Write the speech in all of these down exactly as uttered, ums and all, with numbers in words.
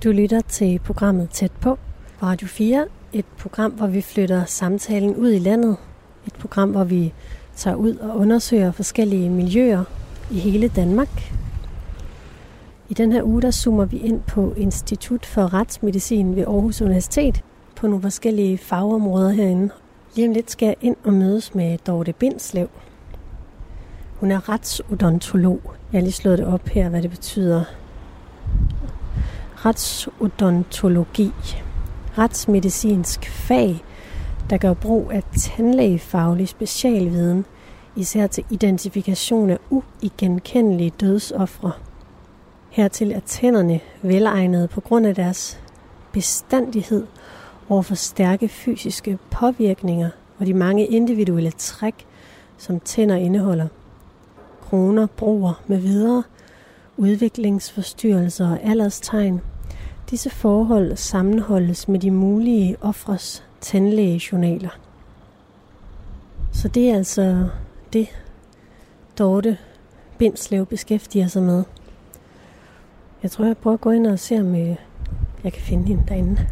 Du lytter til programmet Tæt på på Radio fire. Et program, hvor vi flytter samtalen ud i landet. Et program, hvor vi tager ud og undersøger forskellige miljøer i hele Danmark. I den her uge, der zoomer vi ind på Institut for Retsmedicin ved Aarhus Universitet på nogle forskellige fagområder herinde. Lige om lidt skal jeg ind og mødes med Dorte Bindslev. Hun er retsodontolog. Jeg har lige slået det op her, hvad det betyder. Retsodontologi. Retsmedicinsk fag, der gør brug af tandlægefaglig specialviden, især til identifikation af uigenkendelige dødsofre. Hertil er tænderne velegnede på grund af deres bestandighed over for stærke fysiske påvirkninger og de mange individuelle træk, som tænder indeholder. Kroner, broer med videre, udviklingsforstyrrelser og alderstegn. Disse forhold sammenholdes med de mulige ofres tandlægejournaler. Så det er altså det, Dorte Bindslev beskæftiger sig med. Jeg tror, jeg prøver at gå ind og se, om jeg kan finde hende derinde.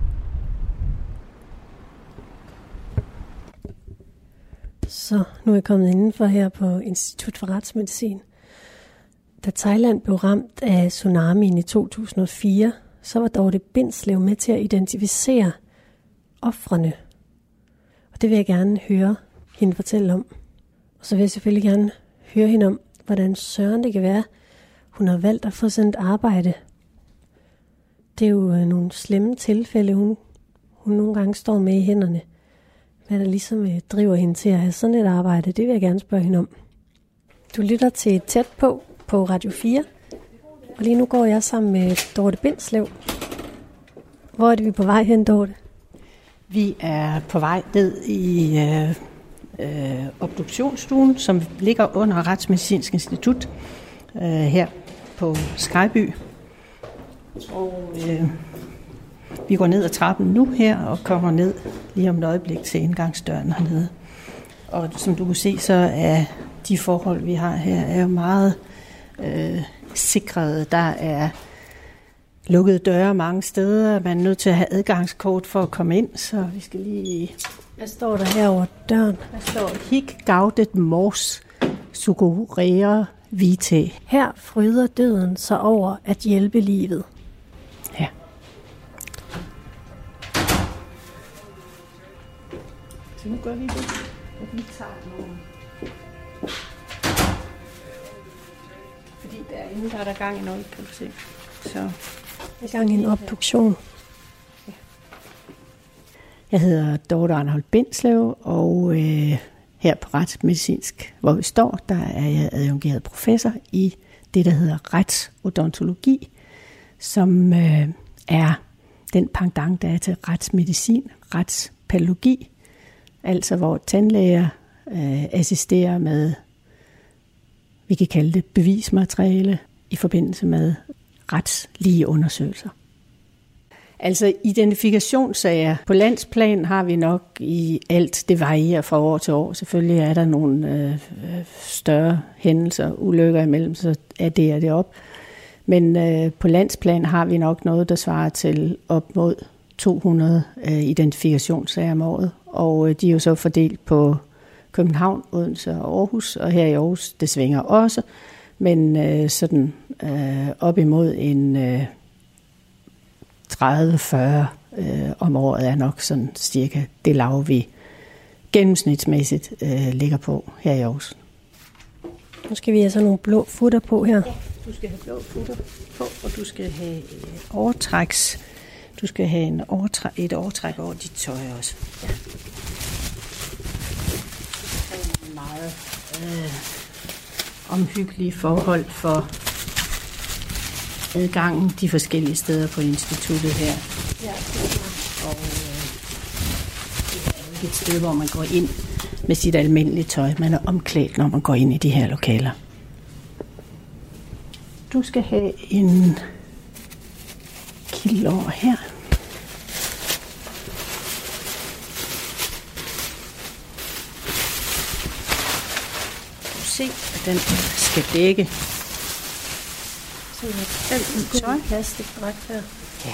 Så nu er jeg kommet indenfor her på Institut for Retsmedicin. Da Thailand blev ramt af tsunamien i to tusind og fire, så var Dorte Bindslev med til at identificere ofrene. Og det vil jeg gerne høre hende fortælle om. Og så vil jeg selvfølgelig gerne høre hende om, hvordan søren det kan være, hun har valgt at få sådan et arbejde. Det er jo øh, nogle slemme tilfælde, hun, hun nogle gange står med i hænderne. Hvad der ligesom øh, driver hende til at have sådan et arbejde, det vil jeg gerne spørge hende om. Du lytter til Tæt på på Radio fire. Og lige nu går jeg sammen med Dorte Bindslev. Hvor er det, vi er på vej hen, Dorte? Vi er på vej ned i øh, øh, obduktionsstuen, som ligger under Retsmedicinsk Institut øh, her på Skejby. Og øh, vi går ned ad trappen nu her og kommer ned lige om et øjeblik til indgangsdøren hernede. Og som du kan se, så er de forhold, vi har her, er jo meget øh, sikrede. Der er lukkede døre mange steder. Man er nødt til at have adgangskort for at komme ind, så vi skal lige... Hvad står der her over døren? Der står Hic gaudet mors succurrere vitae. Her fryder døden sig over at hjælpe livet. Ja. Så nu gør vi det. Og vi tager nogle... Fordi derinde, der er der gang i noget, kan du se. Så... I gang i en obduktion. Ja. Jeg hedder Dorte Arnholdt Bindslev, og øh, her på Retsmedicinsk, hvor vi står, der er jeg adjungeret professor i det, der hedder retsodontologi, som øh, er den pendant, der er til retsmedicin, retspatologi, altså hvor tandlæger øh, assisterer med, vi kan kalde det bevismateriale, i forbindelse med retslige undersøgelser. Altså identifikationssager. På landsplan har vi nok i alt, det varierer fra år til år. Selvfølgelig er der nogle øh, større hændelser, ulykker imellem, så er det og det op. Men øh, på landsplan har vi nok noget, der svarer til op mod to hundrede øh, identifikationssager om året. Og øh, de er jo så fordelt på København, Odense og Aarhus, og her i Aarhus, det svinger også. Men øh, sådan øh, op imod en øh, tredive til fyrre øh, om året er nok sådan cirka det lav, vi gennemsnitsmæssigt øh, ligger på her i Aarhus. Nu skal vi have sådan nogle blå futter på her. Ja, du skal have blå futter på, og du skal have overtræks. Du skal have en overtræk, et overtræk over dit tøj også. Ja. Det er meget... Øh, omhyggelige forhold for adgangen de forskellige steder på instituttet her. Ja, og øh, det er ikke et sted, hvor man går ind med sit almindelige tøj. Man er omklædt, når man går ind i de her lokaler. Du skal have en kilde over her. Se, at den skal dække. Sådan et tøj. Plastikdragt her. Ja.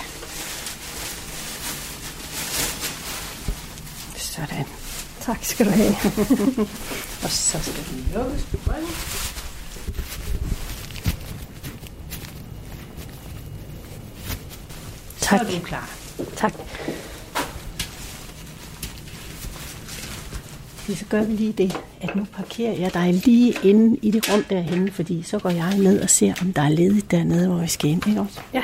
Sådan. Tak skal du have. Og så skal den lukkes på ryggen. Tak. Så er du klar. Tak. Så gør vi lige det, at nu parkerer jeg dig lige inde i det rum derhenne, fordi så går jeg ned og ser, om der er ledigt dernede, hvor vi skal ind, ikke også? Ja.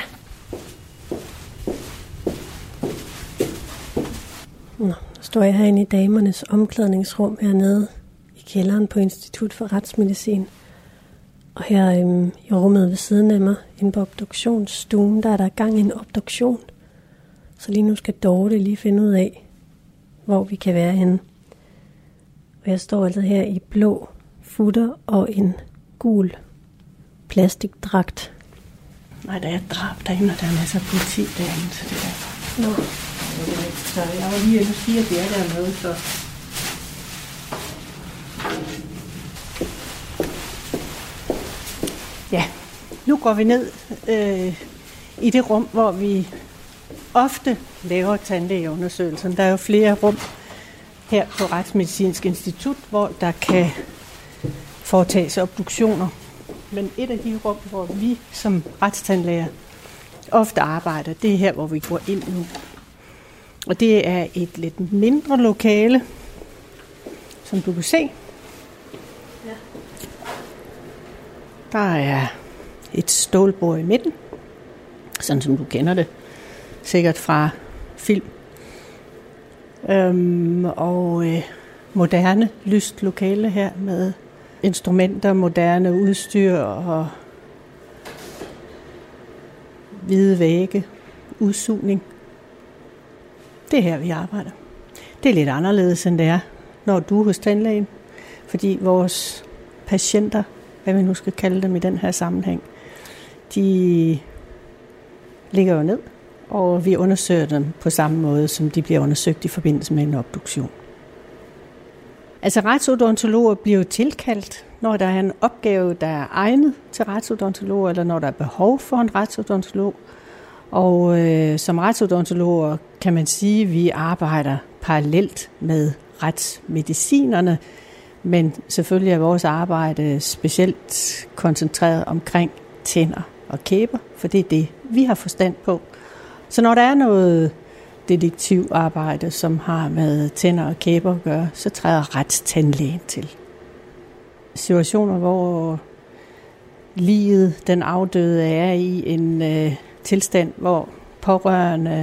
Nå, så står jeg herinde i damernes omklædningsrum hernede i kælderen på Institut for Retsmedicin. Og her øhm, i rummet ved siden af mig, inde på obduktionsstuen, der er der gang i en obduktion. Så lige nu skal Dorte lige finde ud af, hvor vi kan være henne. Og jeg står altså her i blå futter og en gul plastikdragt. Nej, der er et drab derinde, og der er masser af politi derinde, så det er derfor. Nå. Så jeg var lige inde og sige, at det er dernede, så... Ja, nu går vi ned øh, i det rum, hvor vi ofte laver tandlægeundersøgelser. Der er jo flere rum her på Retsmedicinsk Institut, hvor der kan foretages obduktioner. Men et af de rum, hvor vi som retstandlæger ofte arbejder, det er her, hvor vi går ind nu. Og det er et lidt mindre lokale, som du kan se. Ja. Der er et stålbord i midten, sådan som du kender det, sikkert fra film. Øhm, og øh, moderne lyst lokale her med instrumenter, moderne udstyr og hvide vægge, udsugning. Det er her, vi arbejder. Det er lidt anderledes, end det er, når du er hos tandlægen, fordi vores patienter, hvad vi nu skal kalde dem i den her sammenhæng, de ligger jo ned, og vi undersøger dem på samme måde, som de bliver undersøgt i forbindelse med en obduktion. Altså retsodontologer bliver jo tilkaldt, når der er en opgave, der er egnet til retsodontologer, eller når der er behov for en retsodontolog. Og øh, som retsodontologer kan man sige, at vi arbejder parallelt med retsmedicinerne, men selvfølgelig er vores arbejde specielt koncentreret omkring tænder og kæber, for det er det, vi har forstand på. Så når der er noget detektivarbejde, som har med tænder og kæber at gøre, så træder retstandlægen til. Situationer, hvor liget, den afdøde, er i en øh, tilstand, hvor pårørende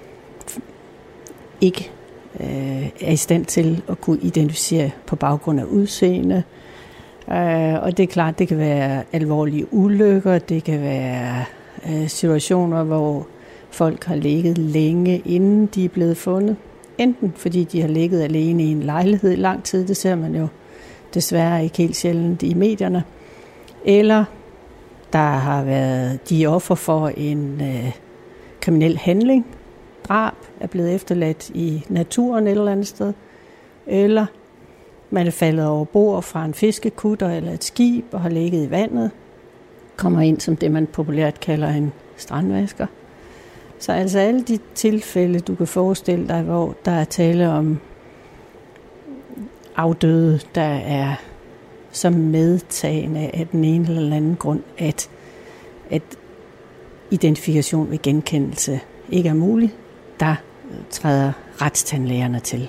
ikke øh, er i stand til at kunne identificere på baggrund af udseende. Øh, og det er klart, det kan være alvorlige ulykker, det kan være øh, situationer, hvor folk har ligget længe, inden de er blevet fundet. Enten fordi de har ligget alene i en lejlighed i lang tid, det ser man jo desværre ikke helt sjældent i medierne, eller der har været de offer for en øh, kriminel handling, drab er blevet efterladt i naturen et eller andet sted, eller man er faldet over bord fra en fiskekutter eller et skib og har ligget i vandet, kommer ind som det, man populært kalder en strandvasker. Så altså alle de tilfælde, du kan forestille dig, hvor der er tale om afdøde, der er som medtagende af den ene eller anden grund, at, at identifikation ved genkendelse ikke er mulig, der træder retstandlægerne til.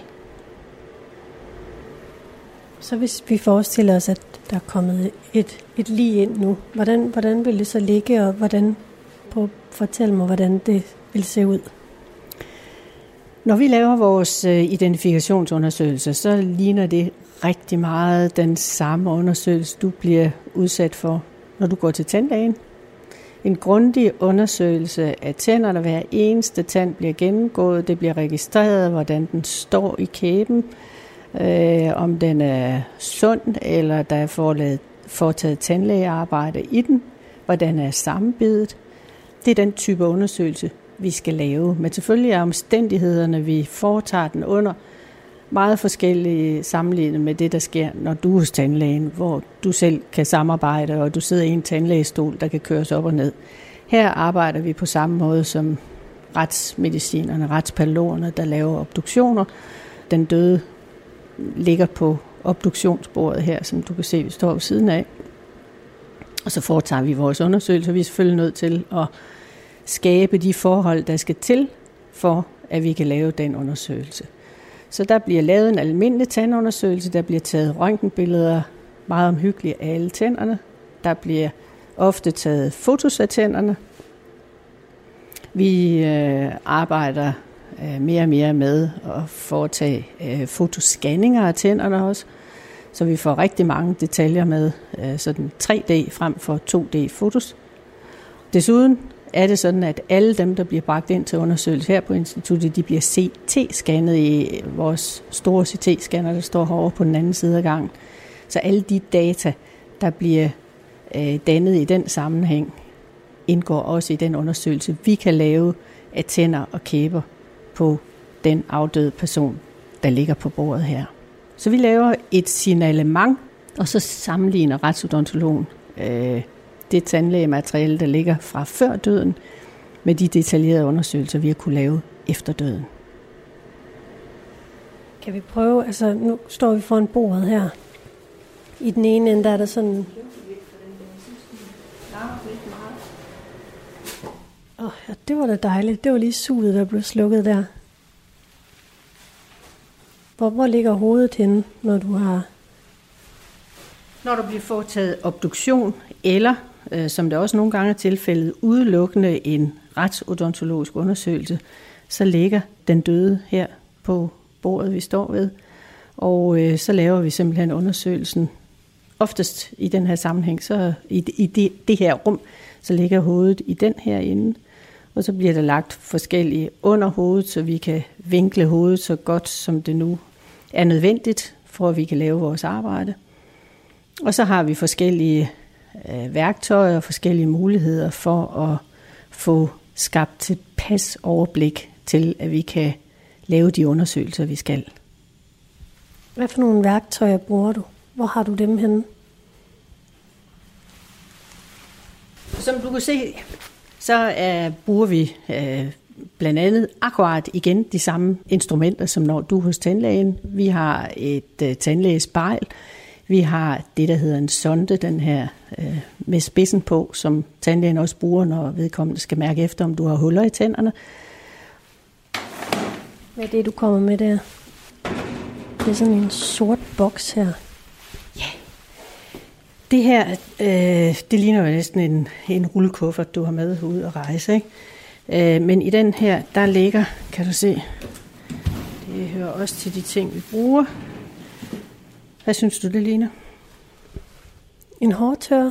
Så hvis vi forestiller os, at der er kommet et, et lig ind nu, hvordan, hvordan vil det så ligge, og hvordan, prøv, fortæl mig, hvordan det vil se ud? Når vi laver vores identifikationsundersøgelse, så ligner det rigtig meget den samme undersøgelse, du bliver udsat for, når du går til tandlægen. En grundig undersøgelse af tænderne, hver eneste tand bliver gennemgået, det bliver registreret, hvordan den står i kæben, øh, om den er sund, eller der er foretaget, foretaget tandlægearbejde i den, hvordan er sammenbidet. Det er den type undersøgelse, vi skal lave. Men selvfølgelig er omstændighederne, vi foretager den under, meget forskellige sammenlignet med det, der sker, når du er hos tandlægen, hvor du selv kan samarbejde, og du sidder i en tandlægestol, der kan køres op og ned. Her arbejder vi på samme måde, som retsmedicinerne, retspatologerne, der laver obduktioner. Den døde ligger på obduktionsbordet her, som du kan se, vi står ved siden af. Og så foretager vi vores undersøgelser. Vi er selvfølgelig nødt til at skabe de forhold, der skal til, for at vi kan lave den undersøgelse. Så der bliver lavet en almindelig tandundersøgelse, der bliver taget røntgenbilleder, meget omhyggeligt af alle tænderne. Der bliver ofte taget fotos af tænderne. Vi øh, arbejder øh, mere og mere med at foretage øh, fotoscanninger af tænderne også, så vi får rigtig mange detaljer med, øh, sådan tre D frem for to D-fotos. Desuden er det sådan, at alle dem, der bliver bragt ind til undersøgelse her på instituttet, de bliver C T-scannet i vores store C T-scanner, der står herovre på den anden side af gangen. Så alle de data, der bliver øh, dannet i den sammenhæng, indgår også i den undersøgelse, vi kan lave af tænder og kæber på den afdøde person, der ligger på bordet her. Så vi laver et signalement, og så sammenligner retsodontologen øh, det tandlægemateriale, der ligger fra før døden, med de detaljerede undersøgelser, vi har kunne lave efter døden. Kan vi prøve, altså nu står vi foran bordet her. I den ene ende, der er der sådan... Åh, oh, ja, det var da dejligt. Det var lige suget, der blev slukket der. Hvor, hvor ligger hovedet henne, når du har... Når der bliver foretaget obduktion, eller, øh, som det også nogle gange er tilfældet, udelukkende en retsodontologisk undersøgelse, så ligger den døde her på bordet, vi står ved. Og øh, så laver vi simpelthen undersøgelsen. Oftest i den her sammenhæng, så i, i det, det her rum, så ligger hovedet i den her ende. Og så bliver der lagt forskellige under hovedet, så vi kan vinkle hovedet så godt, som det nu er nødvendigt, for at vi kan lave vores arbejde. Og så har vi forskellige øh, værktøjer og forskellige muligheder for at få skabt et pas overblik til, at vi kan lave de undersøgelser, vi skal. Hvad for nogle værktøjer bruger du? Hvor har du dem henne? Som du kan se, så uh, bruger vi uh, blandt andet akkurat igen de samme instrumenter, som når du er hos tandlægen. Vi har et uh, tandlægespejl. Vi har det, der hedder en sonde, den her uh, med spidsen på, som tandlægen også bruger, når vedkommende skal mærke efter, om du har huller i tænderne. Hvad er det, du kommer med der? Det er sådan en sort boks her. Ja. Det her, øh, det ligner jo næsten en, en rullekuffert, du har med ud at rejse, ikke? Øh, men i den her, der ligger, kan du se, det hører også til de ting, vi bruger. Hvad synes du, det ligner? En hårtørrer?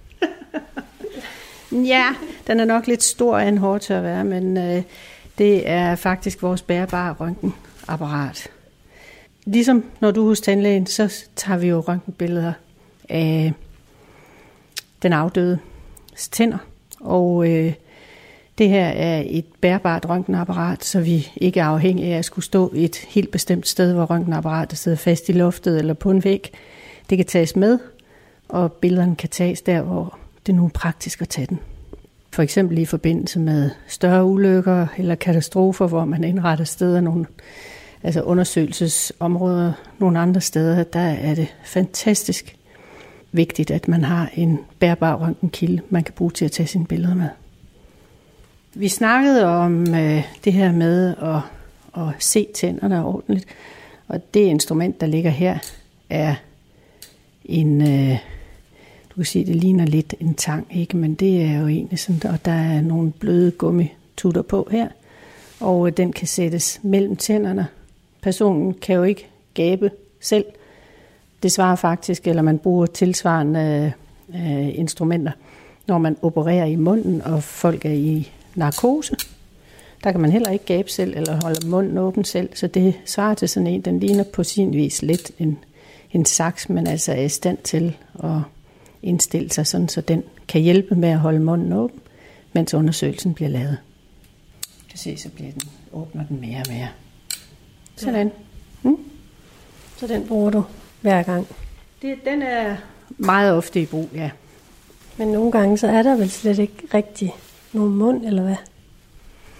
Ja, den er nok lidt stor af en hårtørrer være, men øh, det er faktisk vores bærbare røntgenapparat. Ligesom når du er hos tandlægen, så tager vi jo røntgenbilleder af den afdøde tænder. Og øh, det her er et bærbart røntgenapparat, så vi ikke er afhængige af at skulle stå et helt bestemt sted, hvor røntgenapparatet sidder fast i loftet eller på en væg. Det kan tages med, og billederne kan tages der, hvor det er nu praktisk at tage den. For eksempel i forbindelse med større ulykker eller katastrofer, hvor man indretter steder nogle altså undersøgelsesområder nogle andre steder, der er det fantastisk vigtigt, at man har en bærbar røntgenkilde, man kan bruge til at tage sine billeder med. Vi snakkede om øh, det her med at, at se tænderne ordentligt, og det instrument, der ligger her, er en, øh, du kan sige, det ligner lidt en tang, ikke? Men det er jo egentlig sådan, og der er nogle bløde gummitutter på her, og øh, den kan sættes mellem tænderne. Personen kan jo ikke gabe selv. Det svarer faktisk, eller man bruger tilsvarende øh, instrumenter, når man opererer i munden, og folk er i narkose. Der kan man heller ikke gabe selv, eller holde munden åben selv, så det svarer til sådan en, den ligner på sin vis lidt en, en saks, men altså er i stand til at indstille sig sådan, så den kan hjælpe med at holde munden åben, mens undersøgelsen bliver lavet. Du kan se, så bliver den, åbner den mere og mere. Sådan. Mm. Så den bruger du hver gang? Det, den er meget ofte i brug, ja. Men nogle gange, så er der vel slet ikke rigtig nogen mund, eller hvad?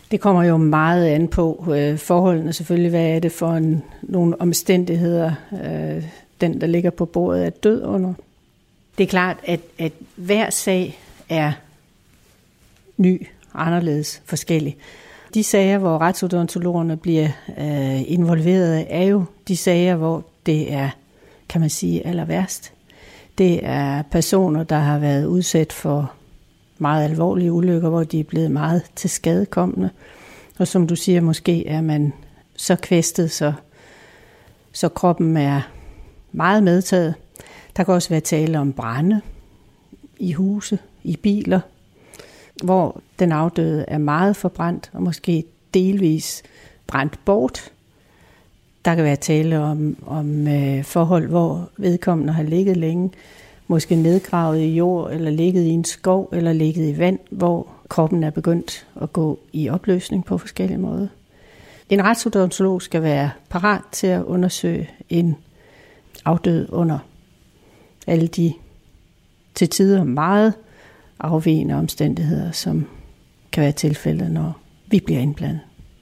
Det kommer jo meget an på øh, forholdene selvfølgelig. Hvad er det for en, nogle omstændigheder, øh, den der ligger på bordet er død under. Det er klart, at, at hver sag er ny, anderledes, forskellig. De sager, hvor retsodontologerne bliver øh, involveret, er jo de sager, hvor det er, kan man sige, aller værst. Det er personer, der har været udsat for meget alvorlige ulykker, hvor de er blevet meget til skadekommende. Og som du siger, måske er man så kvæstet, så, så kroppen er meget medtaget. Der kan også være tale om brande i huse, i biler, hvor den afdøde er meget forbrændt og måske delvis brændt bort. Der kan være tale om, om øh, forhold, hvor vedkommende har ligget længe, måske nedgravet i jord, eller ligget i en skov, eller ligget i vand, hvor kroppen er begyndt at gå i opløsning på forskellige måder. En retsodontolog skal være parat til at undersøge en afdød under alle de til tider meget afvigende omstændigheder, som kan være tilfældet, når vi bliver indblandet.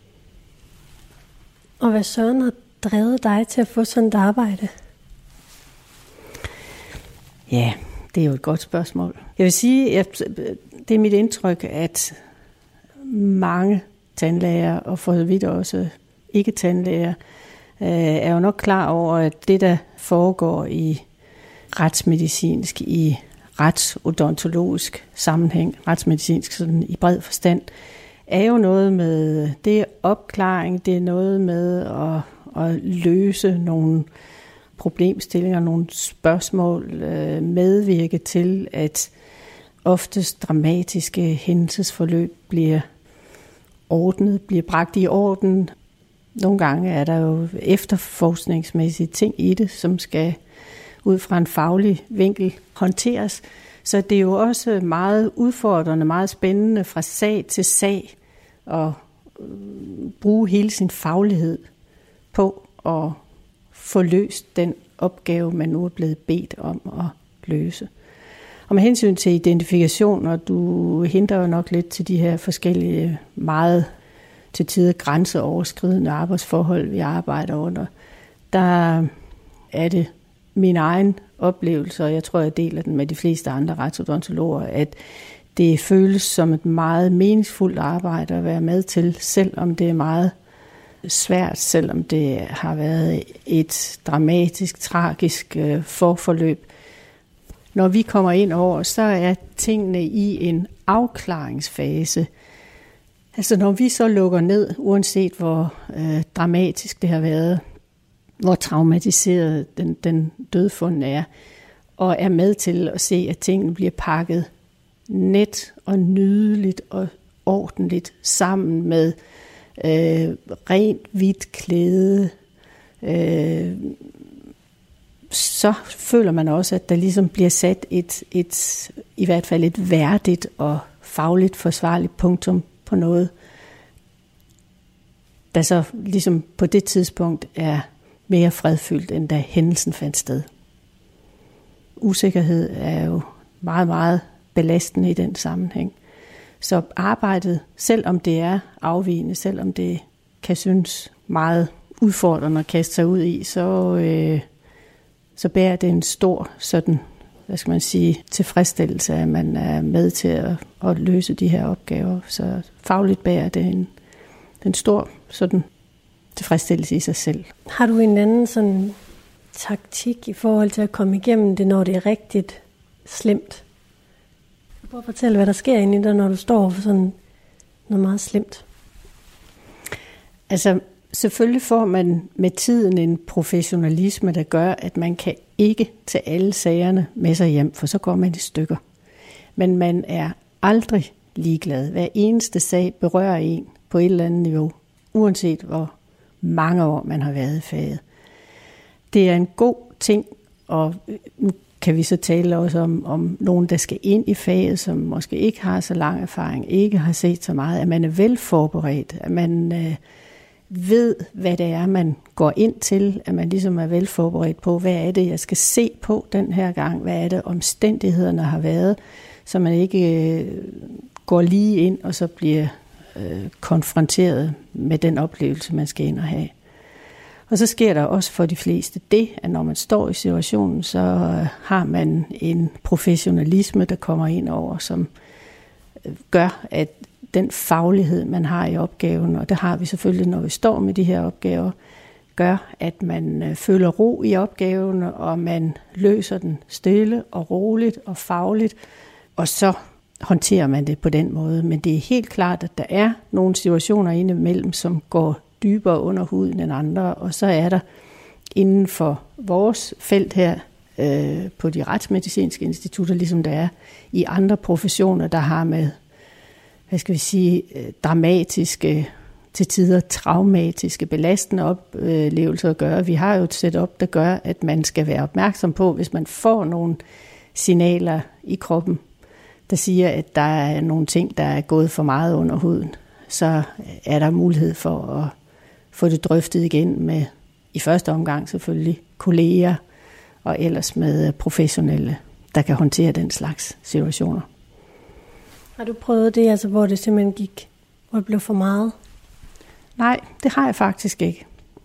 Og hvad søren har drevet dig til at få sådan et arbejde? Ja, det er jo et godt spørgsmål. Jeg vil sige, at det er mit indtryk, at mange tandlæger, og for så vidt også ikke-tandlæger, er jo nok klar over, at det, der foregår i retsmedicinsk, i retsodontologisk sammenhæng, retsmedicinsk sådan i bred forstand, er jo noget med, det er opklaring, det er noget med at, at løse nogle problemstillinger, nogle spørgsmål, medvirke til, at oftest dramatiske hændelsesforløb bliver ordnet, bliver bragt i orden. Nogle gange er der jo efterforskningsmæssige ting i det, som skal ud fra en faglig vinkel håndteres. Så det er jo også meget udfordrende, meget spændende fra sag til sag at bruge hele sin faglighed på at få løst den opgave, man nu er blevet bedt om at løse. Og med hensyn til identifikation, og du henter jo nok lidt til de her forskellige meget til tider grænseoverskridende arbejdsforhold, vi arbejder under, der er det min egen oplevelse, og jeg tror, jeg deler den med de fleste andre retsodontologer, at det føles som et meget meningsfuldt arbejde at være med til, selvom det er meget svært, selvom det har været et dramatisk, tragisk forforløb. Når vi kommer ind over, så er tingene i en afklaringsfase. Altså når vi så lukker ned, uanset hvor øh, dramatisk det har været, hvor traumatiseret den, den dødfundne er, og er med til at se, at tingene bliver pakket net og nydeligt og ordentligt sammen med øh, rent hvidt klæde, øh, så føler man også, at der ligesom bliver sat et, et, i hvert fald et værdigt og fagligt forsvarligt punktum på noget, der så ligesom på det tidspunkt er mere fredfyldt, end da hændelsen fandt sted. Usikkerhed er jo meget, meget belastende i den sammenhæng. Så arbejdet, selvom det er afvigende, selvom det kan synes meget udfordrende at kaste sig ud i, så, øh, så bærer det en stor sådan, hvad skal man sige, tilfredsstillelse, at man er med til at, at løse de her opgaver. Så fagligt bærer det en, en stor sådan tilfredsstillelse i sig selv. Har du en anden sådan taktik i forhold til at komme igennem det, når det er rigtigt slemt? Prøv at fortælle, hvad der sker inde i dig, når du står for sådan noget meget slemt. Altså, selvfølgelig får man med tiden en professionalisme, der gør, at man kan ikke tage alle sagerne med sig hjem, for så går man i stykker. Men man er aldrig ligeglad. Hver eneste sag berører en på et eller andet niveau, uanset hvor mange år man har været i faget. Det er en god ting, og nu kan vi så tale også om, om nogen, der skal ind i faget, som måske ikke har så lang erfaring, ikke har set så meget, at man er velforberedt, at man øh, ved, hvad det er, man går ind til, at man ligesom er velforberedt på, hvad er det, jeg skal se på den her gang, hvad er det, omstændighederne har været, så man ikke øh, går lige ind og så bliver øh, konfronteret med den oplevelse, man skal ind og have. Og så sker der også for de fleste det, at når man står i situationen, så øh, har man en professionalisme, der kommer ind over, som øh, gør, at den faglighed, man har i opgaven, og det har vi selvfølgelig, når vi står med de her opgaver, gør, at man øh, føler ro i opgaven, og man løser den stille og roligt og fagligt, og så håndterer man det på den måde. Men det er helt klart, at der er nogle situationer indimellem, som går dybere under huden end andre, og så er der inden for vores felt her øh, på de retsmedicinske institutter, ligesom der er i andre professioner, der har med, hvad skal vi sige, dramatiske, til tider traumatiske, belastende oplevelser at gøre. Vi har jo et setup, der gør, at man skal være opmærksom på, hvis man får nogle signaler i kroppen, der siger, at der er nogle ting, der er gået for meget under huden, så er der mulighed for at få det drøftet igen med, i første omgang selvfølgelig, kolleger og ellers med professionelle, der kan håndtere den slags situationer. Har du prøvet det, altså hvor det simpelthen gik, hvor det blev for meget? Nej, det har jeg faktisk ikke.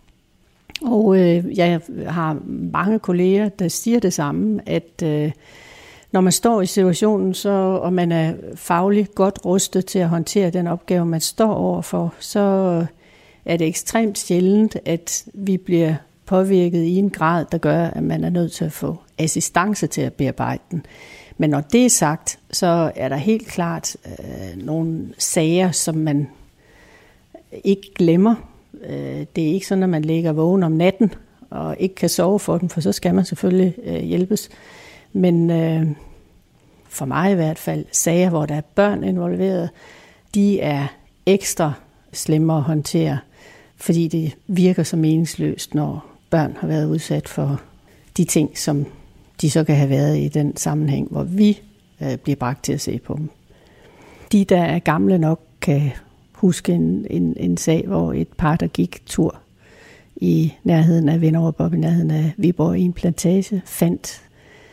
Og øh, jeg har mange kolleger, der siger det samme, at øh, når man står i situationen, så, og man er fagligt godt rustet til at håndtere den opgave, man står overfor, så er det ekstremt sjældent, at vi bliver påvirket i en grad, der gør, at man er nødt til at få assistance til at bearbejde den. Men når det er sagt, så er der helt klart øh, nogle sager, som man ikke glemmer. Øh, det er ikke sådan, at man ligger vågen om natten og ikke kan sove for dem, for så skal man selvfølgelig øh, hjælpes. Men øh, for mig i hvert fald, sager, hvor der er børn involveret, de er ekstra slemme at håndtere, fordi det virker så meningsløst, når børn har været udsat for de ting, som de så kan have været i den sammenhæng, hvor vi øh, bliver bragt til at se på dem. De, der er gamle nok, kan huske en, en, en sag, hvor et par, der gik tur i nærheden af Vinderup, op i nærheden af Viborg i en plantage, fandt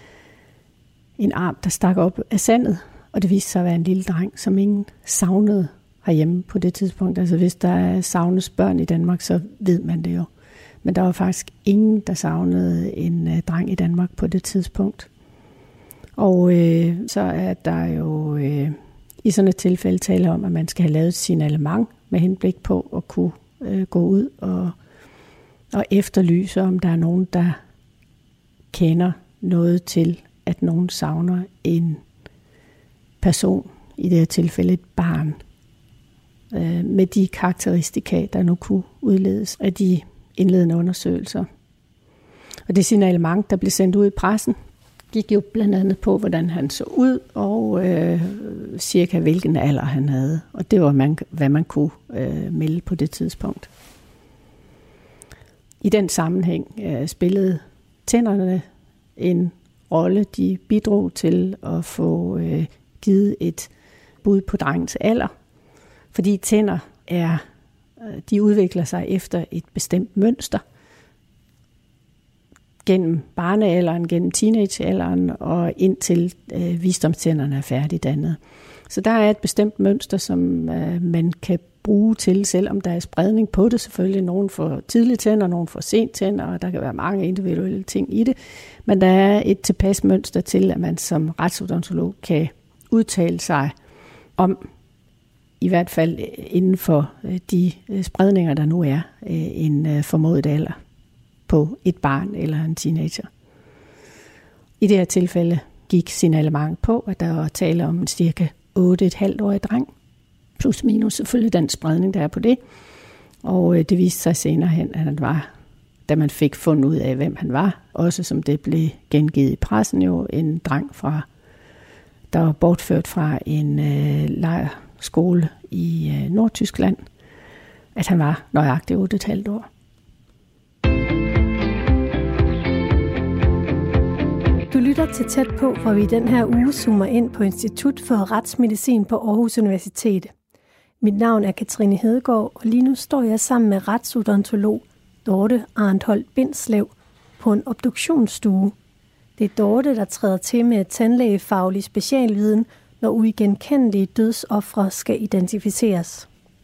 en arm, der stak op af sandet, og det viste sig at være en lille dreng, som ingen savnede herhjemme på det tidspunkt. Altså hvis der er savnes børn i Danmark, så ved man det jo. Men der var faktisk ingen, der savnede en øh, dreng i Danmark på det tidspunkt. Og øh, så er der jo øh, i sådan et tilfælde tale om, at man skal have lavet et signalement med henblik på at kunne øh, gå ud og, og efterlyse, om der er nogen, der kender noget til, at nogen savner en person, i det her tilfælde et barn, øh, med de karakteristika, der nu kunne udledes af de indledende undersøgelser. Og det signalement, der blev sendt ud i pressen, gik jo blandt andet på, hvordan han så ud, og øh, cirka hvilken alder han havde. Og det var, man, hvad man kunne øh, melde på det tidspunkt. I den sammenhæng øh, spillede tænderne en rolle. De bidrog til at få øh, givet et bud på drengens alder, fordi tænder er, de udvikler sig efter et bestemt mønster gennem barnealderen, gennem teenagealderen og indtil øh, visdomstænderne er færdigdannet. Så der er et bestemt mønster, som øh, man kan bruge til, selvom der er spredning på det selvfølgelig. Nogen får tidlige tænder, nogen får sent tænder, og der kan være mange individuelle ting i det. Men der er et tilpas mønster til, at man som retsodontolog kan udtale sig om, i hvert fald inden for de spredninger, der nu er, en formodet alder på et barn eller en teenager. I det her tilfælde gik signalement på, at der var tale om en cirka otte komma fem årig dreng, plus minus selvfølgelig den spredning, der er på det. Og det viste sig senere hen, at han var, da man fik fundet ud af, hvem han var, også som det blev gengivet i pressen, jo en dreng, fra, der var bortført fra en øh, lejrskole i øh, Nordtyskland, at han var nøjagtigt otte komma fem år. Du lytter til Tæt på, hvor vi den her uge zoomer ind på Institut for Retsmedicin på Aarhus Universitet. Mit navn er Katrine Hedegaard, og lige nu står jeg sammen med retsodontolog Dorte Arnholt Bindslev på en obduktionsstue. Det er Dorte, der træder til med tandlægefaglig specialviden, når uigenkendelige dødsofre skal identificeres.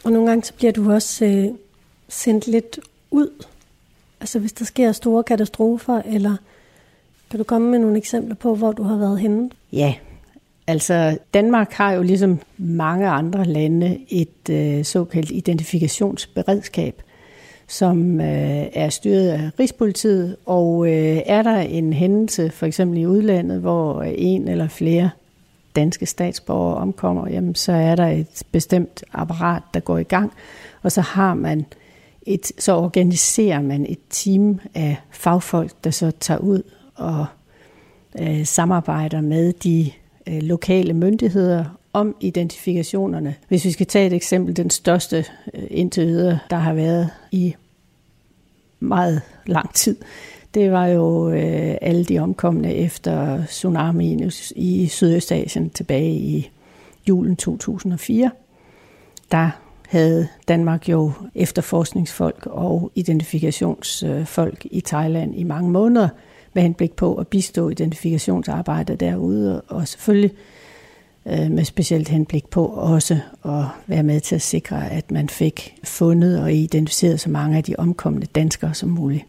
Og nogle gange så bliver du også øh, sendt lidt ud. Altså hvis der sker store katastrofer, eller kan du komme med nogle eksempler på, hvor du har været henne? Ja, altså Danmark har jo ligesom mange andre lande et øh, såkaldt identifikationsberedskab, som øh, er styret af Rigspolitiet, og øh, er der en hændelse, for eksempel i udlandet, hvor en eller flere danske statsborgere omkommer, jamen, så er der et bestemt apparat, der går i gang, og så har man et, så organiserer man et team af fagfolk, der så tager ud og øh, samarbejder med de øh, lokale myndigheder om identifikationerne. Hvis vi skal tage et eksempel, den største øh, indtil videre, der har været i meget lang tid, det var jo øh, alle de omkomne efter tsunamien i Sydøstasien tilbage i julen to tusind og fire. Der havde Danmark jo efterforskningsfolk og identifikationsfolk i Thailand i mange måneder med henblik på at bistå identifikationsarbejdet derude, og selvfølgelig øh, med specielt henblik på også at være med til at sikre, at man fik fundet og identificeret så mange af de omkomne danskere som muligt.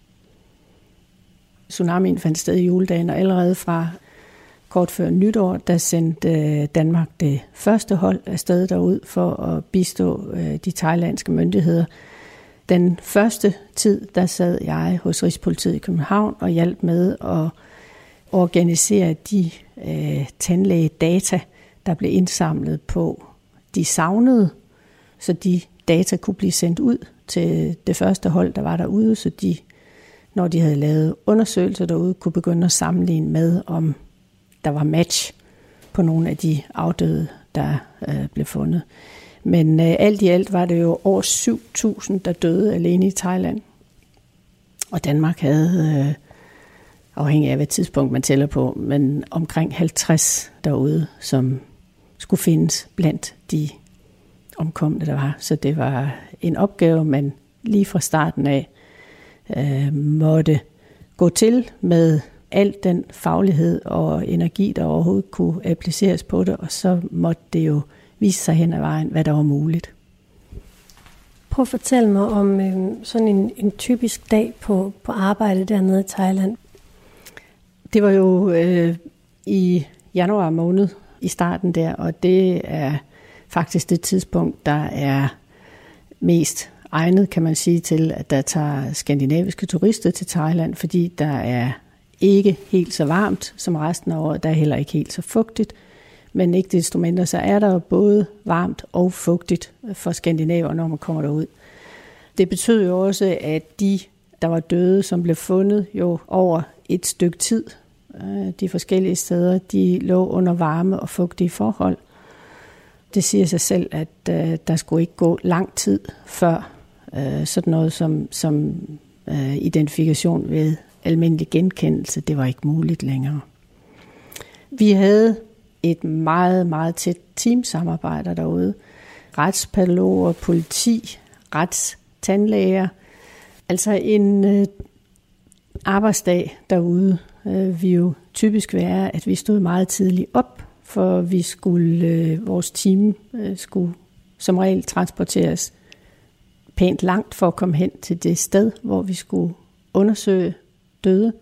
Tsunamien fandt sted i juledagen, og allerede fra kort før nytår, der sendte Danmark det første hold afsted derud for at bistå de thailandske myndigheder. Den første tid, der sad jeg hos Rigspolitiet i København og hjalp med at organisere de øh, tandlægedata, der blev indsamlet på de savnede, så de data kunne blive sendt ud til det første hold, der var derude, så de, når de havde lavet undersøgelser derude, kunne begynde at sammenligne med, om der var match på nogle af de afdøde, der øh, blev fundet. Men øh, alt i alt var det jo over syv tusind, der døde alene i Thailand. Og Danmark havde, øh, afhængig af hvad tidspunkt man tæller på, men omkring halvtreds derude, som skulle findes blandt de omkomne, der var. Så det var en opgave, man lige fra starten af øh, måtte gå til med al den faglighed og energi, der overhovedet kunne appliceres på det, og så måtte det jo vise sig hen ad vejen, hvad der var muligt. Prøv at fortælle mig om øh, sådan en, en typisk dag på, på arbejde dernede i Thailand. Det var jo øh, i januar måned i starten der, og det er faktisk det tidspunkt, der er mest egnet, kan man sige, til, at der tager skandinaviske turister til Thailand, fordi der er ikke helt så varmt som resten af året, der er heller ikke helt så fugtigt, men ikke desto mindre, så er der både varmt og fugtigt for skandinaver, når man kommer derud. Det betød jo også, at de, der var døde, som blev fundet jo over et stykke tid, de forskellige steder, de lå under varme og fugtige forhold. Det siger sig selv, at uh, der skulle ikke gå lang tid før uh, sådan noget som, som uh, identifikation ved almindelig genkendelse, det var ikke muligt længere. Vi havde et meget, meget tæt teamsamarbejde derude. Retspatologer, politi, retstandlæger. Altså en øh, arbejdsdag derude øh, vil jo typisk være, at vi stod meget tidligt op, for vi skulle, øh, vores team øh, skulle som regel transporteres pænt langt for at komme hen til det sted, hvor vi skulle undersøge døde.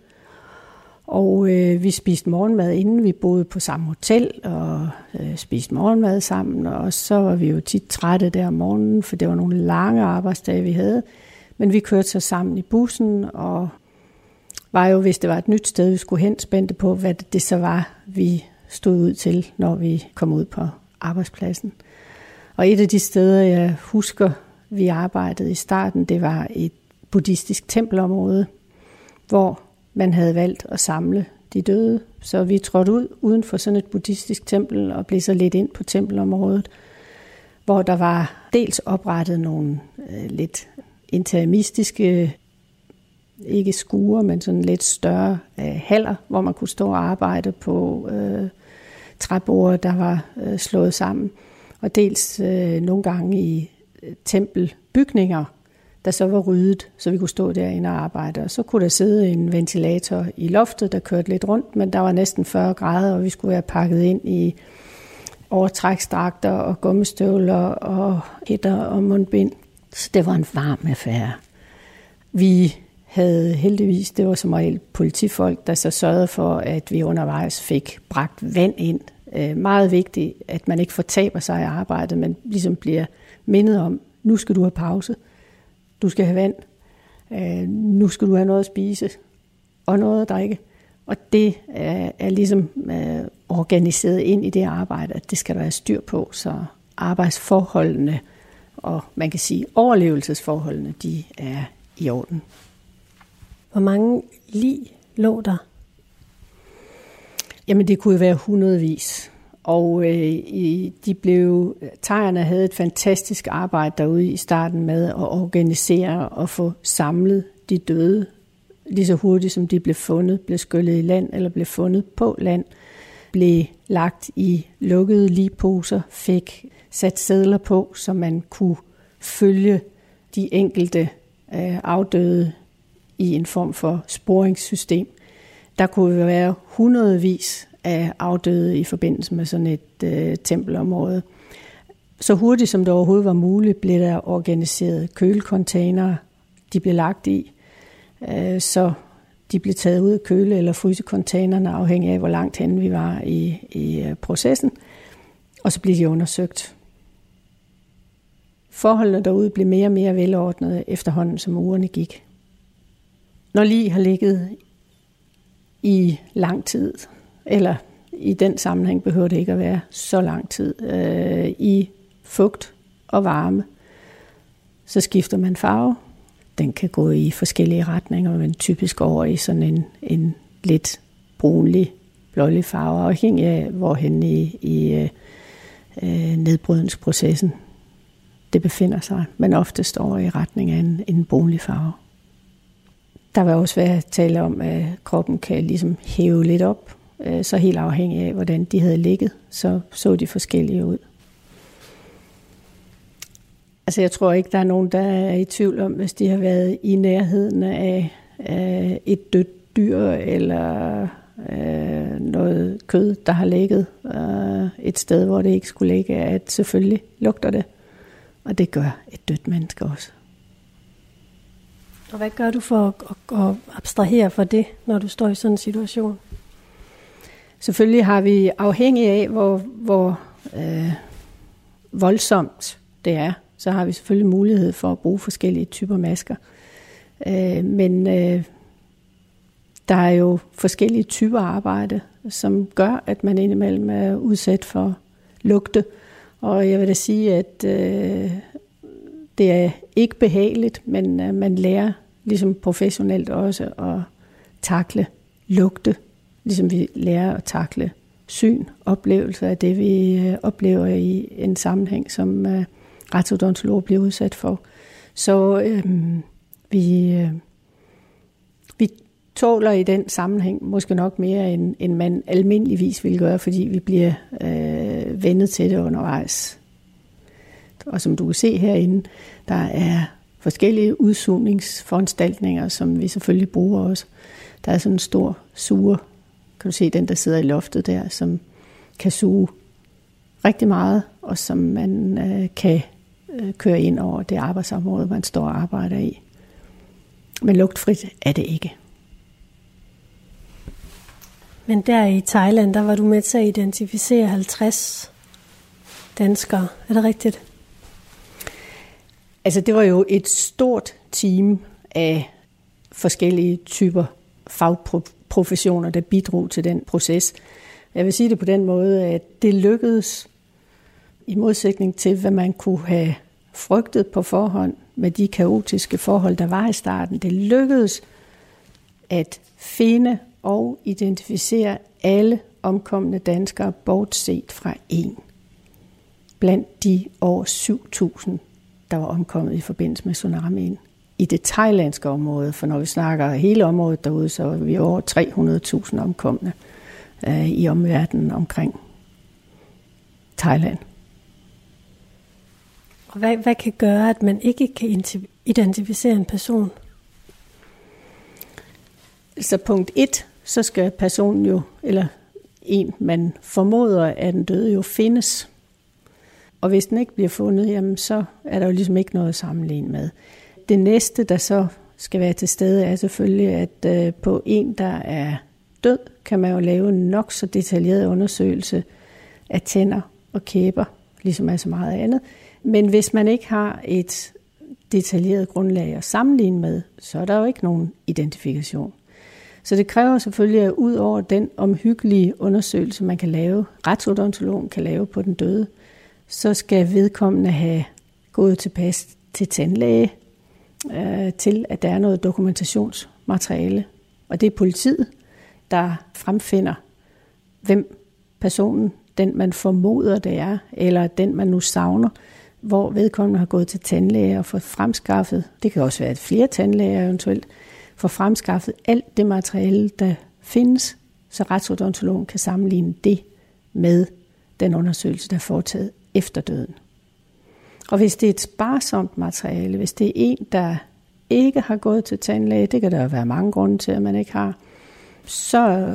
Og øh, vi spiste morgenmad, inden vi boede på samme hotel, og øh, spiste morgenmad sammen, og så var vi jo tit trætte der om morgenen, for det var nogle lange arbejdsdage, vi havde. Men vi kørte så sammen i bussen, og var jo, hvis det var et nyt sted, vi skulle hen, spændte på, hvad det så var, vi stod ud til, når vi kom ud på arbejdspladsen. Og et af de steder, jeg husker, vi arbejdede i starten, det var et buddhistisk tempelområde, hvor man havde valgt at samle de døde. Så vi trådte ud uden for sådan et buddhistisk tempel og blev så lidt ind på tempelområdet, hvor der var dels oprettet nogle øh, lidt interimistiske, ikke skure, men sådan lidt større øh, haller, hvor man kunne stå og arbejde på øh, træborde, der var øh, slået sammen. Og dels øh, nogle gange i øh, tempelbygninger, der så var ryddet, så vi kunne stå derinde og arbejde. Og så kunne der sidde en ventilator i loftet, der kørte lidt rundt, men der var næsten fyrre grader, og vi skulle være pakket ind i overtræksdragter og gummistøvler og hætter og mundbind. Så det var en varm affære. Vi havde heldigvis, det var som regel politifolk, der så sørgede for, at vi undervejs fik bragt vand ind. Meget vigtigt, at man ikke fortaber sig i arbejdet, men ligesom bliver mindet om, nu skal du have pause, du skal have vand, nu skal du have noget at spise og noget at drikke. Og det er, er ligesom øh, organiseret ind i det arbejde, at det skal der være styr på, så arbejdsforholdene og man kan sige overlevelsesforholdene, de er i orden. Hvor mange lig lå der? Jamen det kunne være hundredvis. Og øh, i, de blev, thaierne havde et fantastisk arbejde derude i starten med at organisere og få samlet de døde lige så hurtigt som de blev fundet, blev skyllet i land eller blev fundet på land, blev lagt i lukkede ligposer, fik sat sedler på, så man kunne følge de enkelte øh, afdøde i en form for sporingssystem. Der kunne være hundredvis af afdøde i forbindelse med sådan et øh, tempelområde. Så hurtigt som det overhovedet var muligt, blev der organiseret kølecontainere, de blev lagt i, øh, så de blev taget ud af køle- eller frysecontainerne, afhængig af hvor langt henne vi var i, i øh, processen, og så blev de undersøgt. Forholdene derude blev mere og mere velordnede efterhånden, som ugerne gik. Når lig har ligget i lang tid, eller i den sammenhæng behøver det ikke at være så lang tid, øh, i fugt og varme, så skifter man farve. Den kan gå i forskellige retninger, men typisk over i sådan en, en lidt brunlig, blålig farve, afhængig af hvorhen i, i øh, nedbrydningsprocessen det befinder sig, men oftest over i retning af en, en brunlig farve. Der vil også være tale om, at kroppen kan ligesom hæve lidt op, så helt afhængig af, hvordan de havde ligget, så så de forskellige ud. Altså jeg tror ikke, der er nogen, der er i tvivl om, hvis de har været i nærheden af, af et dødt dyr, eller øh, noget kød, der har ligget øh, et sted, hvor det ikke skulle ligge, at selvfølgelig lugter det. Og det gør et dødt menneske også. Og hvad gør du for at, at abstrahere for det, når du står i sådan en situation? Selvfølgelig har vi, afhængig af, hvor, hvor øh, voldsomt det er, så har vi selvfølgelig mulighed for at bruge forskellige typer masker. Øh, men øh, der er jo forskellige typer arbejde, som gør, at man indimellem er udsat for lugte. Og jeg vil da sige, at øh, det er ikke behageligt, men øh, man lærer ligesom professionelt også at takle lugte, ligesom vi lærer at takle syn, oplevelse af det, vi øh, oplever i en sammenhæng, som øh, retsodontologer bliver udsat for. Så øh, vi, øh, vi tåler i den sammenhæng måske nok mere, end, end man almindeligvis vil gøre, fordi vi bliver øh, vendet til det undervejs. Og som du kan se herinde, der er forskellige udsugningsforanstaltninger, som vi selvfølgelig bruger også. Der er sådan en stor suger, kan du se den, der sidder i loftet der, som kan suge rigtig meget, og som man øh, kan øh, køre ind over det arbejdsområde, man står og arbejder i. Men lugtfrit er det ikke. Men der i Thailand, der var du med til at identificere halvtreds danskere. Er det rigtigt? Altså det var jo et stort team af forskellige typer fagprofessioner, der bidrog til den proces. Jeg vil sige det på den måde, at det lykkedes i modsætning til, hvad man kunne have frygtet på forhånd med de kaotiske forhold, der var i starten. Det lykkedes at finde og identificere alle omkomne danskere, bortset fra en. Blandt de over syv tusind, der var omkommet i forbindelse med tsunamien. I det thailandske område, for når vi snakker hele området derude, så er vi over tre hundrede tusind omkomne øh, i omverdenen omkring Thailand. Og hvad, hvad kan gøre, at man ikke kan identificere en person? Så punkt et, så skal personen jo, eller en man formoder, at den døde jo findes. Og hvis den ikke bliver fundet, jamen så er der jo ligesom ikke noget at sammenligne med. Det næste, der så skal være til stede, er selvfølgelig, at øh, på en, der er død, kan man jo lave en nok så detaljeret undersøgelse af tænder og kæber, ligesom af så meget andet. Men hvis man ikke har et detaljeret grundlag at sammenligne med, så er der jo ikke nogen identifikation. Så det kræver selvfølgelig, at ud over den omhyggelige undersøgelse, man kan lave, retsodontologen kan lave på den døde, så skal vedkommende have gået tilpas til tandlæge, øh, til at der er noget dokumentationsmateriale. Og det er politiet, der fremfinder, hvem personen, den man formoder det er, eller den man nu savner, hvor vedkommende har gået til tandlæge og fået fremskaffet, det kan også være et flere tandlæger eventuelt, får fremskaffet alt det materiale, der findes, så retsodontologen kan sammenligne det med den undersøgelse, der er foretaget efter døden. Og hvis det er et sparsomt materiale, hvis det er en, der ikke har gået til tandlæge, det kan der jo være mange grunde til, at man ikke har, så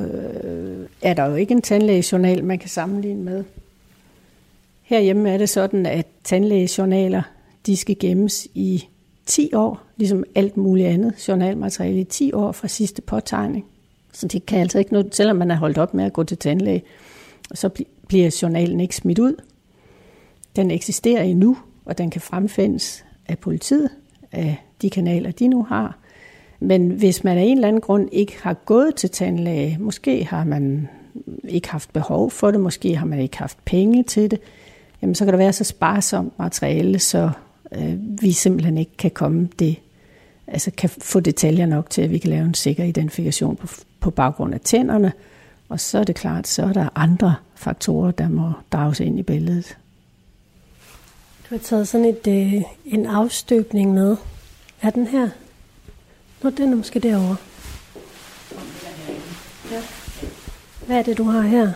er der jo ikke en tandlægejournal, man kan sammenligne med. Herhjemme er det sådan, at tandlægejournaler, de skal gemmes i ti år, ligesom alt muligt andet journalmateriale i ti år fra sidste påtegning. Så det kan altså ikke noget, selvom man er holdt op med at gå til tandlæge, så bliver journalen ikke smidt ud. Den eksisterer endnu, og den kan fremfindes af politiet, af de kanaler, de nu har. Men hvis man af en eller anden grund ikke har gået til tandlæge, måske har man ikke haft behov for det, måske har man ikke haft penge til det, jamen så kan der være så sparsomt materiale, så øh, vi simpelthen ikke kan komme det, altså kan få detaljer nok til, at vi kan lave en sikker identifikation på, på baggrund af tænderne. Og så er det klart, så er der andre faktorer, der må drages ind i billedet. Du har taget sådan et, øh, en afstøbning med. Er den her? Nå, den er måske derovre. Ja. Hvad er det, du har her?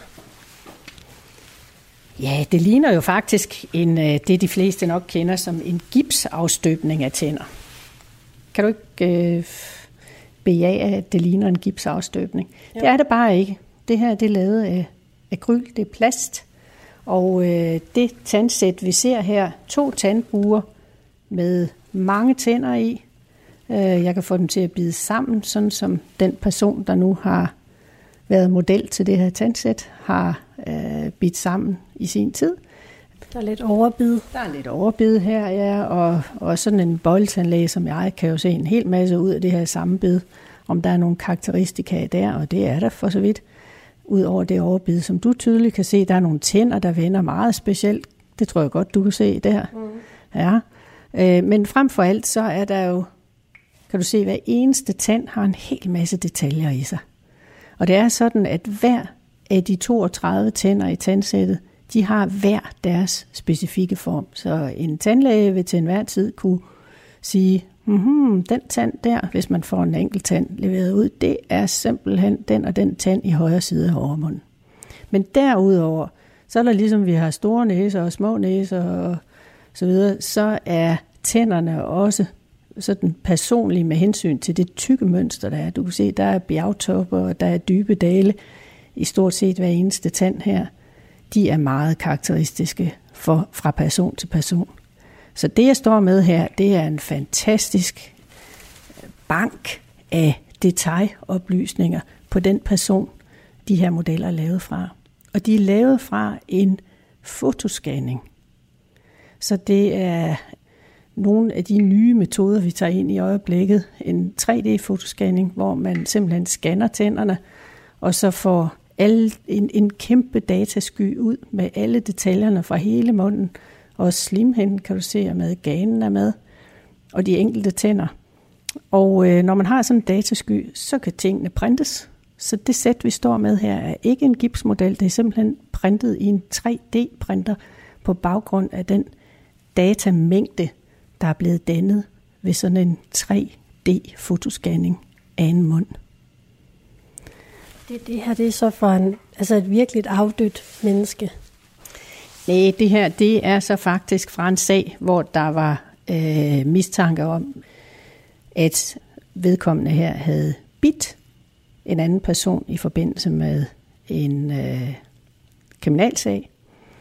Ja, det ligner jo faktisk en, det, de fleste nok kender som en gipsafstøbning af tænder. Kan du ikke øh, bejage, at det ligner en gipsafstøbning? Jo. Det er det bare ikke. Det her det er lavet af akryl, det er plast. Og øh, det tandsæt, vi ser her, to tandbuer med mange tænder i. Øh, jeg kan få dem til at bide sammen, sådan som den person, der nu har været model til det her tandsæt, har øh, bidt sammen i sin tid. Der er lidt overbid. Der er lidt overbid her, ja, og, og sådan en bøjletandlæge som jeg kan jo se en hel masse ud af det her sammenbid, om der er nogle karakteristika der, og det er der for så vidt. Udover det overbid, som du tydeligt kan se, der er nogle tænder, der vender meget specielt. Det tror jeg godt, du kan se der. Mm. Ja. Øh, men frem for alt, så er der jo, kan du se, hver eneste tand har en hel masse detaljer i sig. Og det er sådan, at hver af de toogtredive tænder i tandsættet, de har hver deres specifikke form. Så en tandlæge vil til enhver tid kunne sige, mm-hmm, den tand der, hvis man får en enkelt tand leveret ud, det er simpelthen den og den tand i højre side af overmunden. Men derudover, så er der ligesom vi har store næser og små næser og så videre, så er tænderne også sådan personlige med hensyn til det tykke mønster, der er. Du kan se, der er bjergtopper, og der er dybe dale i stort set hver eneste tand her. De er meget karakteristiske for, fra person til person. Så det, jeg står med her, det er en fantastisk bank af detailoplysninger på den person, de her modeller er lavet fra. Og de er lavet fra en fotoscanning. Så det er nogle af de nye metoder, vi tager ind i øjeblikket. En tre D-fotoscanning, hvor man simpelthen scanner tænderne, og så får alle, en, en kæmpe datasky ud med alle detaljerne fra hele munden. Og slimhinden kan du se, med ganen er med, og de enkelte tænder. Og øh, når man har sådan en datasky, så kan tingene printes. Så det sæt, vi står med her, er ikke en gipsmodel. Det er simpelthen printet i en tre D-printer på baggrund af den datamængde, der er blevet dannet ved sådan en tre D-fotoscanning af en mund. Det, det her det er så fra en, altså et virkelig afdødt menneske. Nej, det her det er så faktisk fra en sag, hvor der var øh, mistanke om, at vedkommende her havde bidt en anden person i forbindelse med en øh, kriminalsag.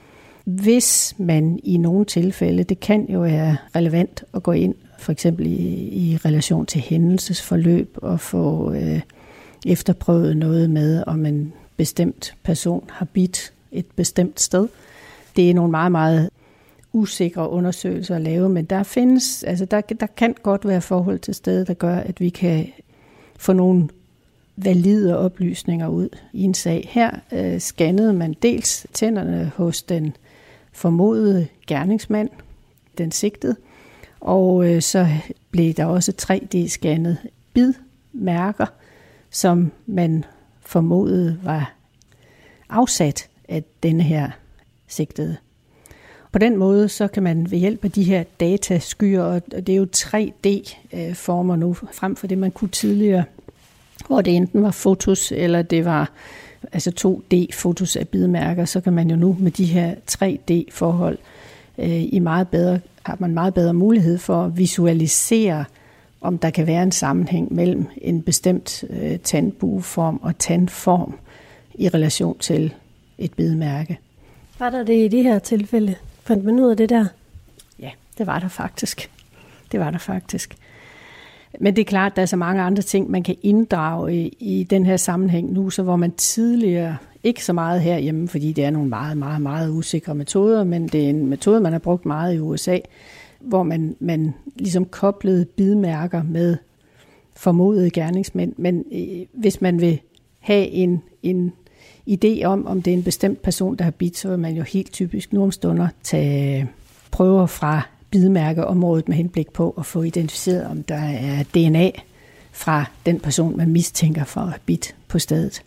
hvis man i nogle tilfælde, det kan jo være relevant at gå ind, for eksempel i, i relation til hændelsesforløb, og få øh, efterprøvet noget med, om en bestemt person har bidt et bestemt sted. Det er nogle meget, meget usikre undersøgelser at lave, men der findes, altså der, der kan godt være forhold til stede, der gør, at vi kan få nogle valide oplysninger ud i en sag. Her øh, scannede man dels tænderne hos den formodede gerningsmand, den sigtede, og øh, så blev der også tre D-scannet bidmærker, som man formodede var afsat af denne her sigtede. På den måde så kan man ved hjælp af de her dataskyer, og det er jo tre D-former nu, frem for det man kunne tidligere, hvor det enten var fotos, eller det var altså to D-fotos af bidmærker, så kan man jo nu med de her tre D-forhold øh, i meget bedre, har man meget bedre mulighed for at visualisere, om der kan være en sammenhæng mellem en bestemt øh, tandbueform og tandform i relation til et bidmærke. Var der det i det her tilfælde? Fandt man ud af det der? Ja, det var der faktisk. Det var der faktisk. Men det er klart, at der er så mange andre ting, man kan inddrage i, i den her sammenhæng nu, så hvor man tidligere, ikke så meget herhjemme, fordi det er nogle meget, meget, meget usikre metoder, men det er en metode, man har brugt meget i U S A, hvor man, man ligesom koblede bidmærker med formodede gerningsmænd. Men øh, hvis man vil have en, en idé om, om det er en bestemt person, der har bidt, så vil man jo helt typisk nu om stunder tage prøver fra bidmærkeområdet med henblik på at få identificeret, om der er D N A fra den person, man mistænker for at have bidt på stedet.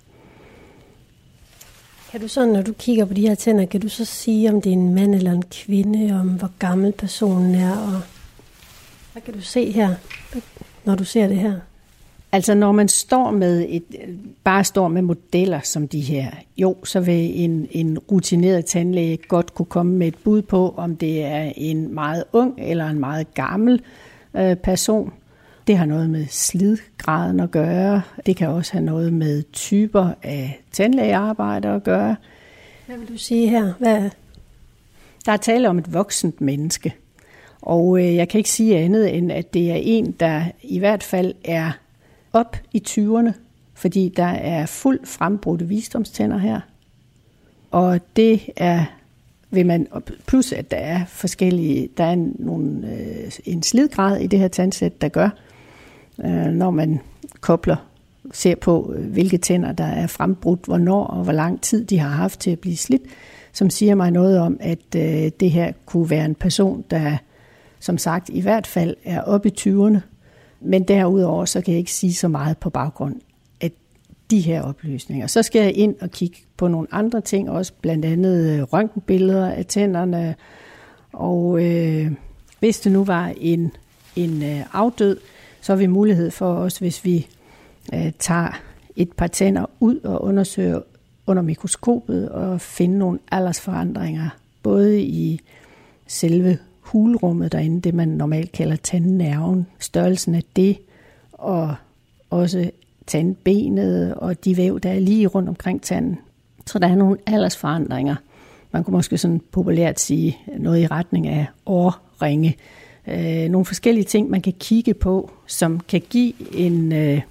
Kan du så, når du kigger på de her tænder, kan du så sige, om det er en mand eller en kvinde, om hvor gammel personen er, og hvad kan du se her, når du ser det her? Altså når man står med et, bare står med modeller som de her, jo, så vil en, en rutineret tandlæge godt kunne komme med et bud på, om det er en meget ung eller en meget gammel øh, person. Det har noget med slidgraden at gøre. Det kan også have noget med typer af tandlægearbejde at gøre. Hvad vil du sige her? Hvad? Der er tale om et voksent menneske, og øh, jeg kan ikke sige andet end, at det er en, der i hvert fald er op i tyverne, fordi der er fuldt frembrudte visdomstænder her. Og det er, vil man, plus at der er forskellige, der er nogle, øh, en slidgrad i det her tandsæt, der gør, øh, når man kobler, ser på, hvilke tænder, der er frembrudt, hvornår og hvor lang tid de har haft til at blive slidt, som siger mig noget om, at øh, det her kunne være en person, der som sagt i hvert fald er op i tyverne, men derudover så kan jeg ikke sige så meget på baggrund af de her oplysninger. Så skal jeg ind og kigge på nogle andre ting, også blandt andet røntgenbilleder af tænderne. Og øh, hvis det nu var en, en øh, afdød, så har vi mulighed for også, hvis vi øh, tager et par tænder ud og undersøger under mikroskopet og finde nogle aldersforandringer, både i selve hulrummet derinde, det man normalt kalder tandnerven, størrelsen af det, og også tandbenet og de væv, der er lige rundt omkring tanden. Så der er nogle aldersforandringer. Man kunne måske sådan populært sige noget i retning af årringe. Øh, nogle forskellige ting, man kan kigge på, som kan give en, øh,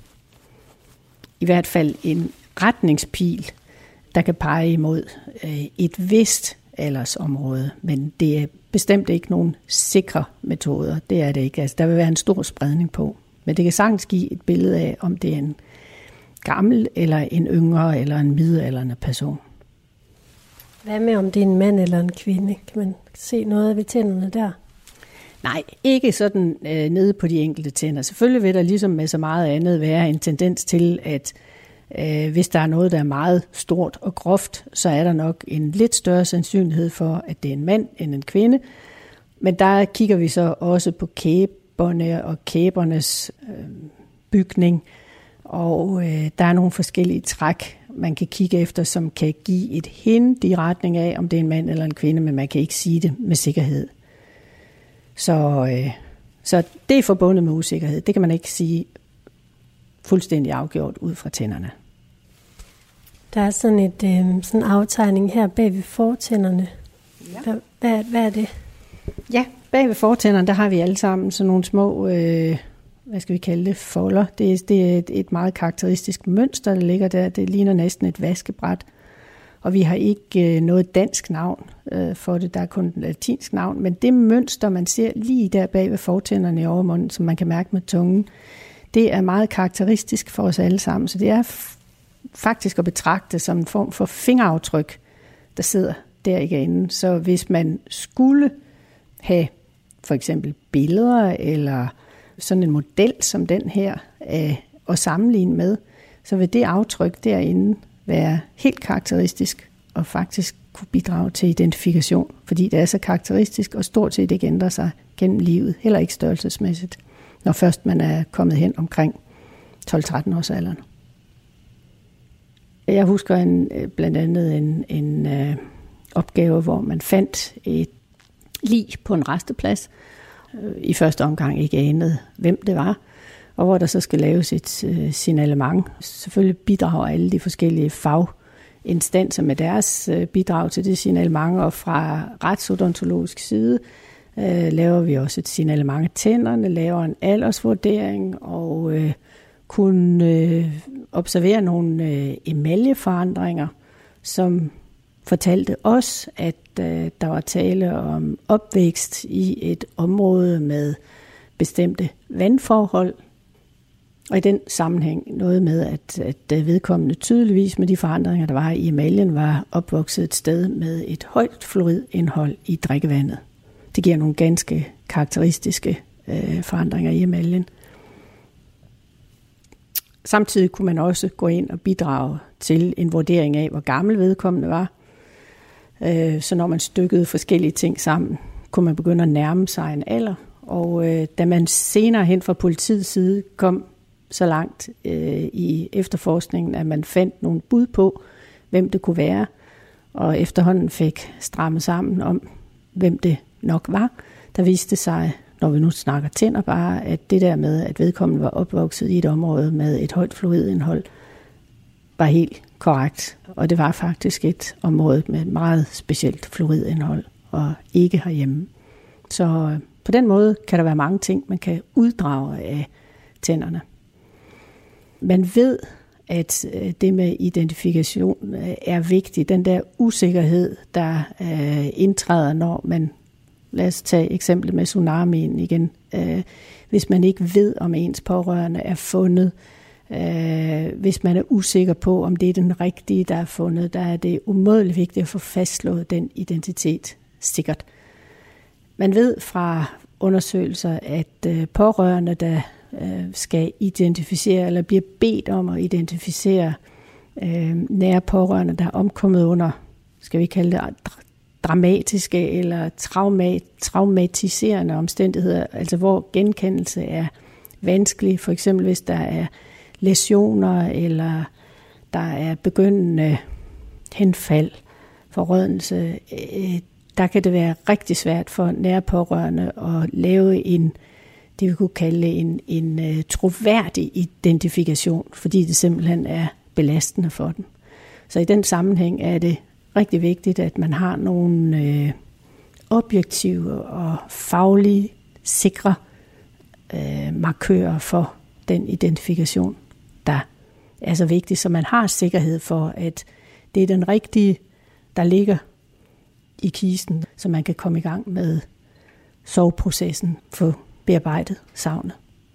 i hvert fald en retningspil, der kan pege imod øh, et vist aldersområde, men det er bestemt ikke nogen sikre metoder. Det er det ikke. Altså, der vil være en stor spredning på. Men det kan sagtens give et billede af, om det er en gammel, eller en yngre, eller en midaldrende person. Hvad med, om det er en mand eller en kvinde? Kan man se noget ved tænderne der? Nej, ikke sådan øh, nede på de enkelte tænder. Selvfølgelig vil der ligesom med så meget andet være en tendens til, at øh, hvis der er noget, der er meget stort og groft, så er der nok en lidt større sandsynlighed for, at det er en mand end en kvinde. Men der kigger vi så også på kæberne og kæbernes øh, bygning, og øh, der er nogle forskellige træk, man kan kigge efter, som kan give et hint i retning af, om det er en mand eller en kvinde, men man kan ikke sige det med sikkerhed. Så, øh, så det er forbundet med usikkerhed. Det kan man ikke sige fuldstændig afgjort ud fra tænderne. Der er sådan et øh, sådan en aftegning her bag ved fortænderne. Ja. Hvad, hvad, hvad er det? Ja, bag ved fortænderne, der har vi alle sammen sådan nogle små, øh, hvad skal vi kalde det, folder. Det er, det er et, et meget karakteristisk mønster, der ligger der. Det ligner næsten et vaskebræt. Og vi har ikke øh, noget dansk navn øh, for det, der er kun et latinsk navn. Men det mønster, man ser lige der bag ved fortænderne i overmunden, som man kan mærke med tungen, det er meget karakteristisk for os alle sammen. Så det er f- faktisk at betragte som en form for fingeraftryk, der sidder der igen. Så hvis man skulle have for eksempel billeder eller sådan en model som den her øh, at sammenligne med, så vil det aftryk derinde være helt karakteristisk og faktisk kunne bidrage til identifikation, fordi det er så karakteristisk og stort set ikke ændrer sig gennem livet, heller ikke størrelsesmæssigt, når først man er kommet hen omkring tolv tretten års alderen. Jeg husker en, blandt andet en, en øh, opgave, hvor man fandt et lig på en resteplads. I første omgang ikke anede, hvem det var, og hvor der så skal laves et øh, signalement. Selvfølgelig bidrager alle de forskellige faginstanser med deres øh, bidrag til det signalement, og fra retsodontologisk side øh, laver vi også et signalement af tænderne, laver en aldersvurdering og øh, kunne øh, observere nogle øh, emaljeforandringer, som fortalte os, at øh, der var tale om opvækst i et område med bestemte vandforhold. Og i den sammenhæng noget med, at, at vedkommende tydeligvis med de forandringer, der var i emaljen, var opvokset et sted med et højt fluoridindhold i drikkevandet. Det giver nogle ganske karakteristiske øh, forandringer i emaljen. Samtidig kunne man også gå ind og bidrage til en vurdering af, hvor gammel vedkommende var. Så når man stykkede forskellige ting sammen, kunne man begynde at nærme sig en alder. Og øh, da man senere hen fra politiets side kom så langt øh, i efterforskningen, at man fandt nogle bud på, hvem det kunne være, og efterhånden fik strammet sammen om, hvem det nok var, der viste sig, når vi nu snakker tænder bare, at det der med, at vedkommende var opvokset i et område med et højt fluoridindhold, var helt korrekt. Og det var faktisk et område med et meget specielt fluoridindhold, og ikke herhjemme. Så på den måde kan der være mange ting, man kan uddrage af tænderne. Man ved, at det med identifikation er vigtigt. Den der usikkerhed, der indtræder, når man, lad os tage eksemplet med tsunamien igen, hvis man ikke ved, om ens pårørende er fundet, hvis man er usikker på, om det er den rigtige, der er fundet, der er det umådeligt vigtigt at få fastslået den identitet sikkert. Man ved fra undersøgelser, at pårørende, der skal identificere eller bliver bedt om at identificere nære pårørende, der er omkommet under, skal vi kalde det, dramatiske eller traumat, traumatiserende omstændigheder, altså hvor genkendelse er vanskelig, for eksempel hvis der er læsioner eller der er begyndende henfald, forrådnelse, der kan det være rigtig svært for nære pårørende at lave en, det vi kunne kalde en, en troværdig identifikation, fordi det simpelthen er belastende for dem. Så i den sammenhæng er det rigtig vigtigt, at man har nogle øh, objektive og faglige sikre øh, markører for den identifikation, der er så vigtig, så man har sikkerhed for, at det er den rigtige, der ligger i kisten, så man kan komme i gang med soveprocessen for bearbejdet savnet.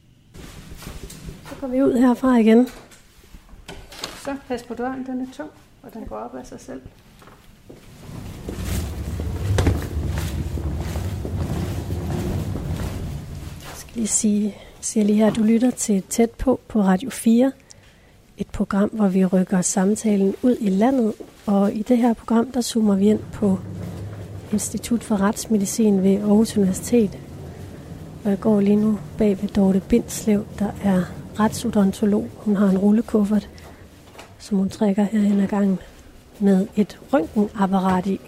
Så går vi ud herfra igen. Så pas på døren, den er tung, og den går op af sig selv. Jeg skal lige sige, siger lige her, at du lytter til Tæt på på Radio fire. Et program, hvor vi rykker samtalen ud i landet. Og i det her program, der zoomer vi ind på Institut for Retsmedicin ved Aarhus Universitet. Og jeg går lige nu bag ved Dorte Bindslev, der er retsodontolog. Hun har en rullekuffert, som hun trækker herhen ad gangen med et røntgenapparat i. Jeg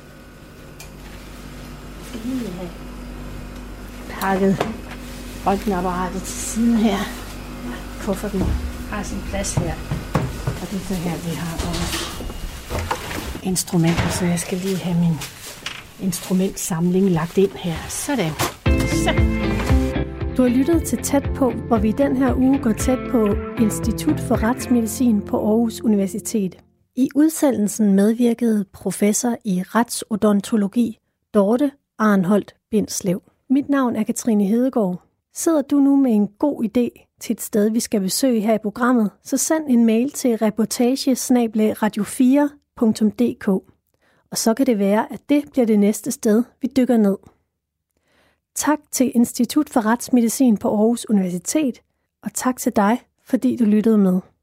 skal lige have pakket røntgenapparatet til siden her. Kufferten har sin plads her. Og det er så her, vi har også instrumenter, så jeg skal lige have min instrumentsamling lagt ind her. Sådan. Så. Du har lyttet til Tæt på, hvor vi i den her uge går tæt på Institut for Retsmedicin på Aarhus Universitet. I udsendelsen medvirkede professor i retsodontologi Dorte Arnholdt Bindslev. Mit navn er Katrine Hedegaard. Sidder du nu med en god idé til et sted, vi skal besøge her i programmet, så send en mail til reportage snabel-a radio fire punktum d k. Og så kan det være, at det bliver det næste sted, vi dykker ned. Tak til Institut for Retsmedicin på Aarhus Universitet, og tak til dig, fordi du lyttede med.